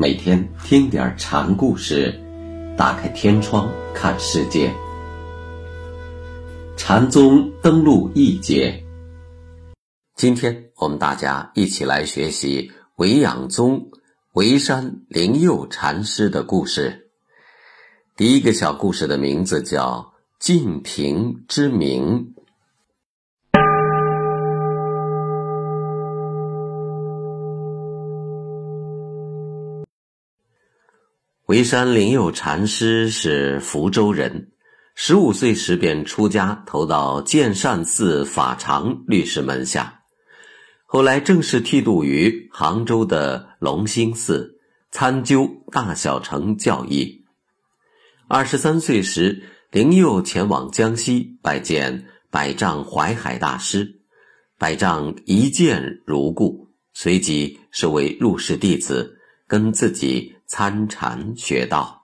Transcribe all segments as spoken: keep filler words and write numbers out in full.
每天听点禅故事，打开天窗看世界。禅宗登陆一节，今天我们大家一起来学习维养宗维山灵佑禅师的故事。第一个小故事的名字叫净瓶之名。维山灵佑禅师是福州人，十五岁时便出家，投到建善寺法常律师门下，后来正式剃度于杭州的隆兴寺，参究大小乘教义。二十三岁时，灵佑前往江西拜见百丈怀海大师，百丈一见如故，随即收为入室弟子，跟自己参禅学道。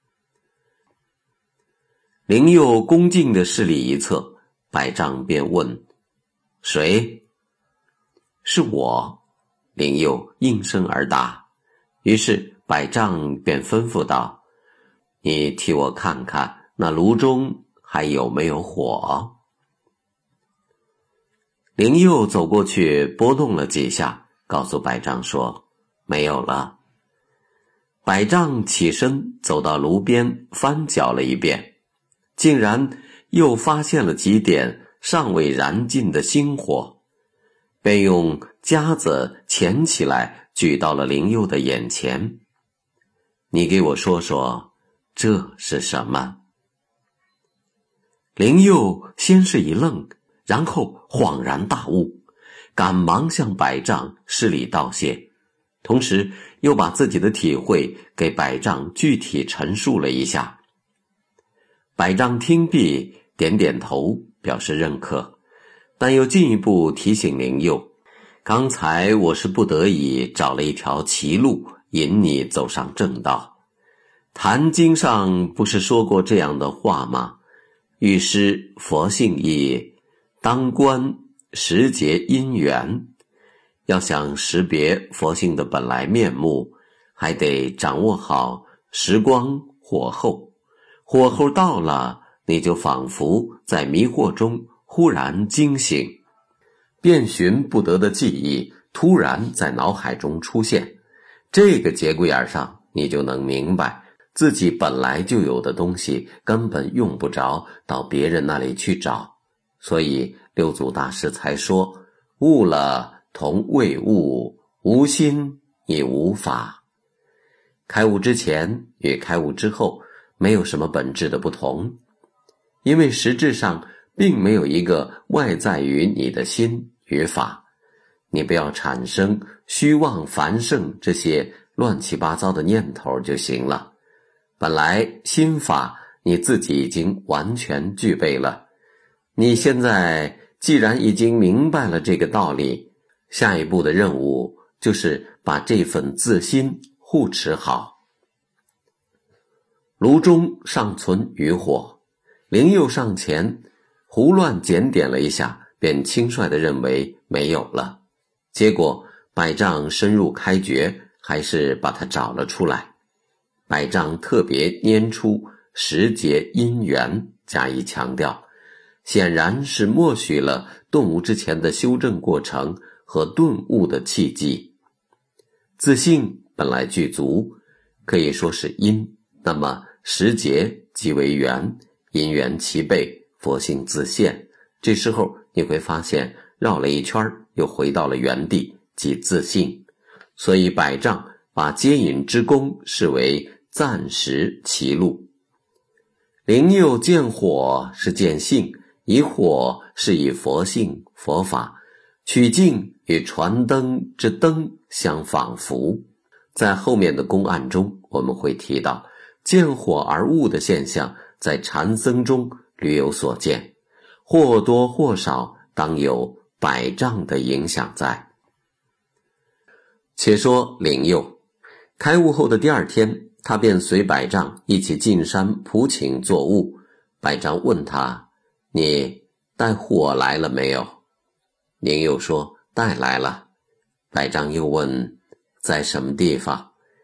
灵佑恭敬地侍礼一侧，百丈便问：谁？是我。灵佑应声而答。于是百丈便吩咐道：你替我看看那炉中还有没有火。灵佑走过去拨动了几下，告诉百丈说：没有了。百丈起身走到炉边，翻搅了一遍，竟然又发现了几点尚未燃尽的星火，便用夹子钳起来举到了灵佑的眼前。你给我说说，这是什么？灵佑先是一愣，然后恍然大悟，赶忙向百丈施礼道谢，同时又把自己的体会给百丈具体陈述了一下。百丈听毕，点点头表示认可，但又进一步提醒灵佑，刚才我是不得已找了一条歧路引你走上正道。坛经上不是说过这样的话吗？欲识佛性义，当观时节因缘。要想识别佛性的本来面目，还得掌握好时光火候。火候到了，你就仿佛在迷惑中忽然惊醒，遍寻不得的记忆突然在脑海中出现，这个节骨眼上你就能明白，自己本来就有的东西根本用不着到别人那里去找。所以六祖大师才说，悟了同未悟，无心亦无法。开悟之前与开悟之后没有什么本质的不同，因为实质上并没有一个外在于你的心与法。你不要产生虚妄繁盛这些乱七八糟的念头就行了。本来心法你自己已经完全具备了，你现在既然已经明白了这个道理，下一步的任务就是把这份自心护持好。炉中尚存余火，灵佑上前胡乱检点了一下，便轻率地认为没有了。结果百丈深入开掘，还是把它找了出来。百丈特别拈出时节因缘加以强调，显然是默许了顿悟之前的修正过程和顿悟的契机。自性本来具足，可以说是因，那么时节即为缘，因缘齐备，佛性自现。这时候你会发现绕了一圈又回到了原地，即自性。所以百丈把接引之功视为暂时歧路。灵佑见火是见性，以火是以佛性佛法，取径与传灯之灯相仿佛。在后面的公案中我们会提到，见火而悟的现象在禅僧中屡有所见，或多或少当有百丈的影响在。且说灵佑开悟后的第二天，他便随百丈一起进山普请作悟。百丈问他：你带火来了没有？灵佑说：带来了。百丈又问：在什么地方？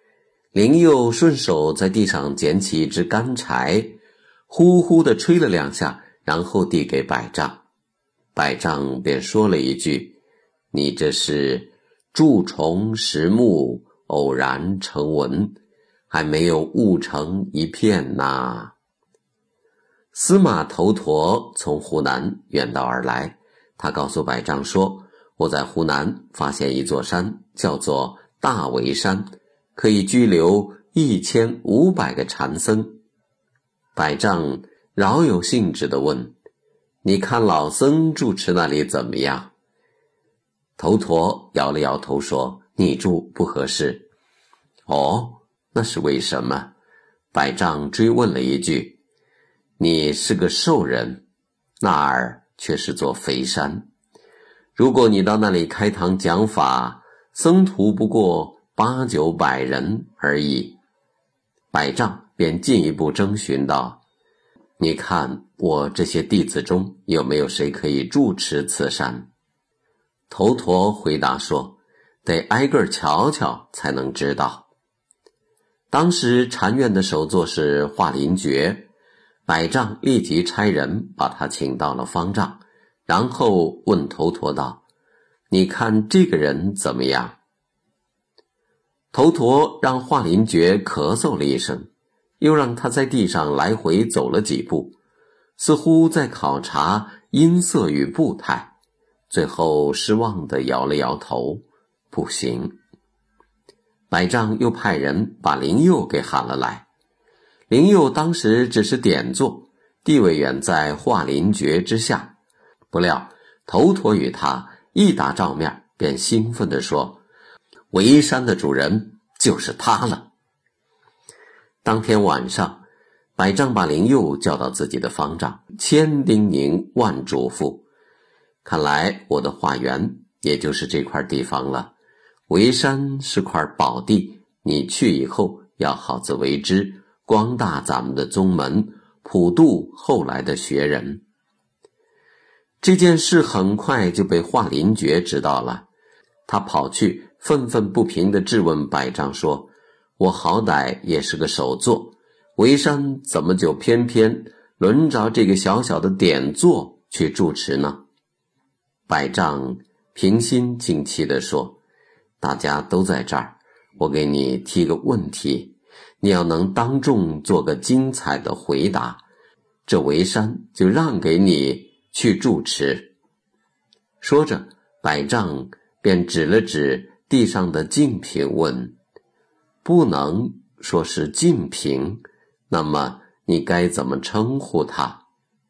灵佑顺手在地上捡起一支干柴，呼呼地吹了两下，然后递给百丈。百丈便说了一句：你这是蛀虫实木，偶然成文，还没有悟成一片呐。司马头陀从湖南远道而来，他告诉百丈说，我在湖南发现一座山，叫做大围山，可以居留一千五百个禅僧。百丈饶有兴致地问，你看老僧住持那里怎么样？头陀摇了摇头说，你住不合适。哦，那是为什么？百丈追问了一句，你是个瘦人，那儿却是座肥山。如果你到那里开堂讲法，僧徒不过八九百人而已。百丈便进一步征询道，你看我这些弟子中有没有谁可以住持此山？头陀回答说，得挨个瞧瞧才能知道。当时禅院的首座是华林觉，百丈立即差人把他请到了方丈，然后问头陀道，你看这个人怎么样？头陀让华林觉咳嗽了一声，又让他在地上来回走了几步，似乎在考察音色与步态，最后失望地摇了摇头，不行。百丈又派人把灵佑给喊了来。灵佑当时只是点坐，地位远在华林觉之下，不料头陀与他一打照面，便兴奋地说，围山的主人就是他了。当天晚上，百丈把灵佑叫到自己的方丈，千叮咛万嘱咐，看来我的化缘也就是这块地方了。围山是块宝地，你去以后要好自为之，光大咱们的宗门，普度后来的学人。这件事很快就被华林觉知道了，他跑去愤愤不平地质问百丈说，我好歹也是个首座，围山怎么就偏偏轮着这个小小的点座去住持呢？百丈平心静气地说，大家都在这儿，我给你提个问题，你要能当众做个精彩的回答，这围山就让给你去住持。说着，百丈便指了指地上的净瓶问，不能说是净瓶，那么你该怎么称呼它？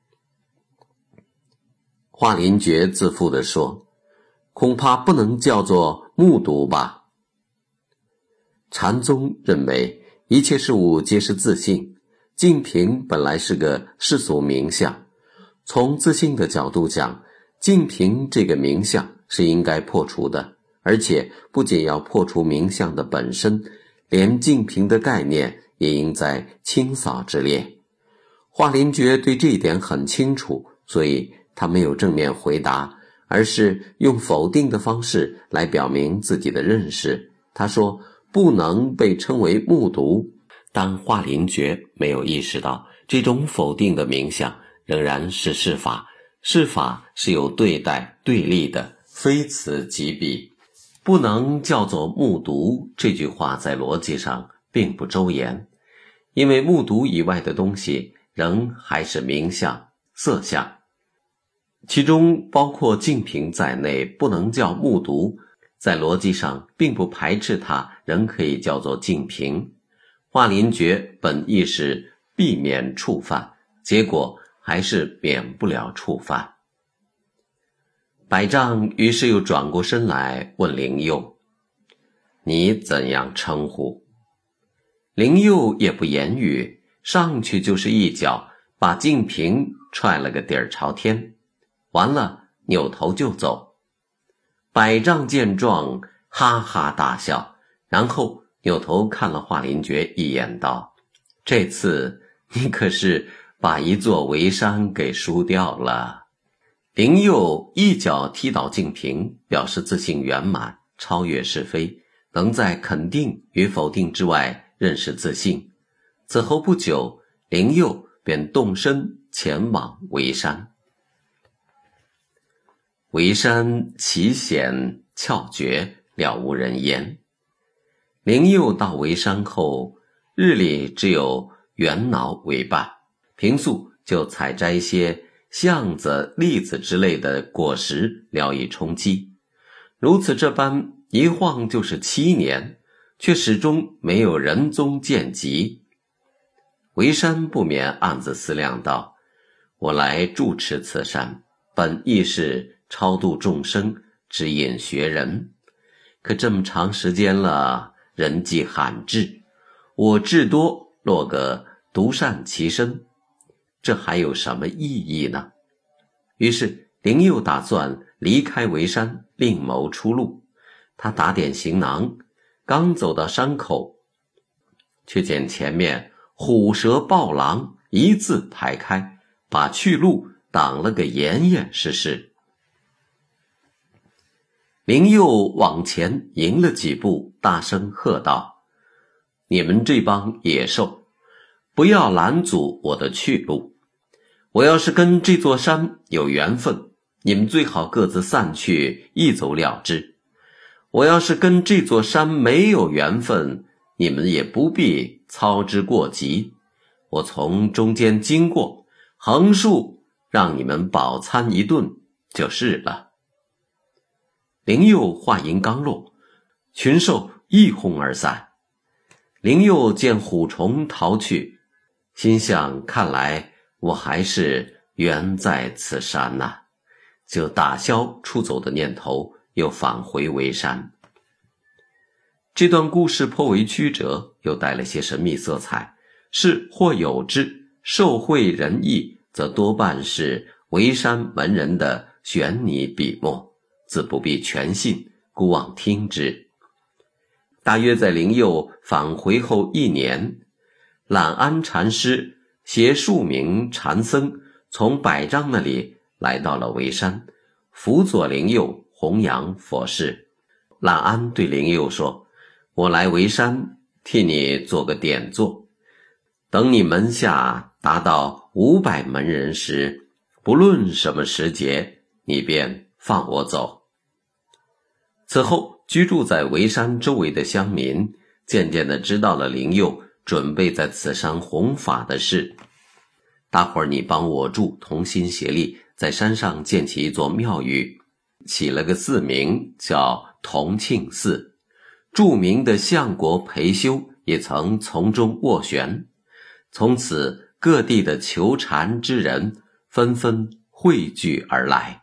华林觉自负地说，恐怕不能叫做木渎吧。禅宗认为一切事物皆是自性，净瓶本来是个世俗名相，从自性的角度讲，净瓶这个名相是应该破除的，而且不仅要破除名相的本身，连净瓶的概念也应在清扫之列。华林觉对这一点很清楚，所以他没有正面回答，而是用否定的方式来表明自己的认识。他说，不能被称为木渎。但华林觉没有意识到，这种否定的名相仍然是事法，事法是有对待对立的，非此即彼。不能叫做木渎这句话在逻辑上并不周延，因为木渎以外的东西仍还是名相、色相，其中包括净瓶在内，不能叫木渎，在逻辑上并不排斥它仍可以叫做净瓶。华林觉本意是避免触犯，结果还是免不了触犯。百丈于是又转过身来问灵佑，你怎样称呼？灵佑也不言语，上去就是一脚把净瓶踹了个底儿朝天，完了扭头就走。百丈见状哈哈大笑，然后扭头看了华林觉一眼道，这次你可是把一座围山给输掉了。灵佑一脚踢倒净瓶，表示自信圆满，超越是非，能在肯定与否定之外认识自信。此后不久，灵佑便动身前往沩山。沩山奇险峭绝，了无人烟。灵佑到沩山后，日里只有猿脑为伴，平素就采摘些橡子、栗子之类的果实聊以充饥。如此这般一晃就是七年，却始终没有人踪见疾。沩山不免暗自思量道：我来住持此山，本意是超度众生，指引学人。可这么长时间了，人迹罕至，我至多落个独善其身，这还有什么意义呢？于是灵佑打算离开沩山，另谋出路。他打点行囊，刚走到山口，却见前面虎蛇豹狼一字排开，把去路挡了个严严实实。灵佑往前迎了几步，大声喝道：你们这帮野兽，不要拦阻我的去路。我要是跟这座山有缘分，你们最好各自散去，一走了之。我要是跟这座山没有缘分，你们也不必操之过急。我从中间经过，横竖让你们饱餐一顿就是了。灵佑话音刚落，群兽一哄而散。灵佑见虎虫逃去，心想看来我还是缘在此山呐、啊，就打消出走的念头，又返回沩山。这段故事颇为曲折，又带了些神秘色彩，是或有之，受惠人意，则多半是沩山门人的悬拟笔墨，自不必全信，姑妄听之。大约在灵佑返回后一年，懒安禅师携数名禅僧从百丈那里来到了沩山，辅佐灵佑弘扬佛事。懒安对灵佑说：我来沩山替你做个点座，等你门下达到五百门人时，不论什么时节，你便放我走。此后居住在沩山周围的乡民渐渐地知道了灵佑准备在此山弘法的事。大伙儿你帮我助，同心协力，在山上建起一座庙宇，起了个寺名叫同庆寺。著名的相国裴休也曾从中斡旋。从此各地的求禅之人纷纷汇聚而来。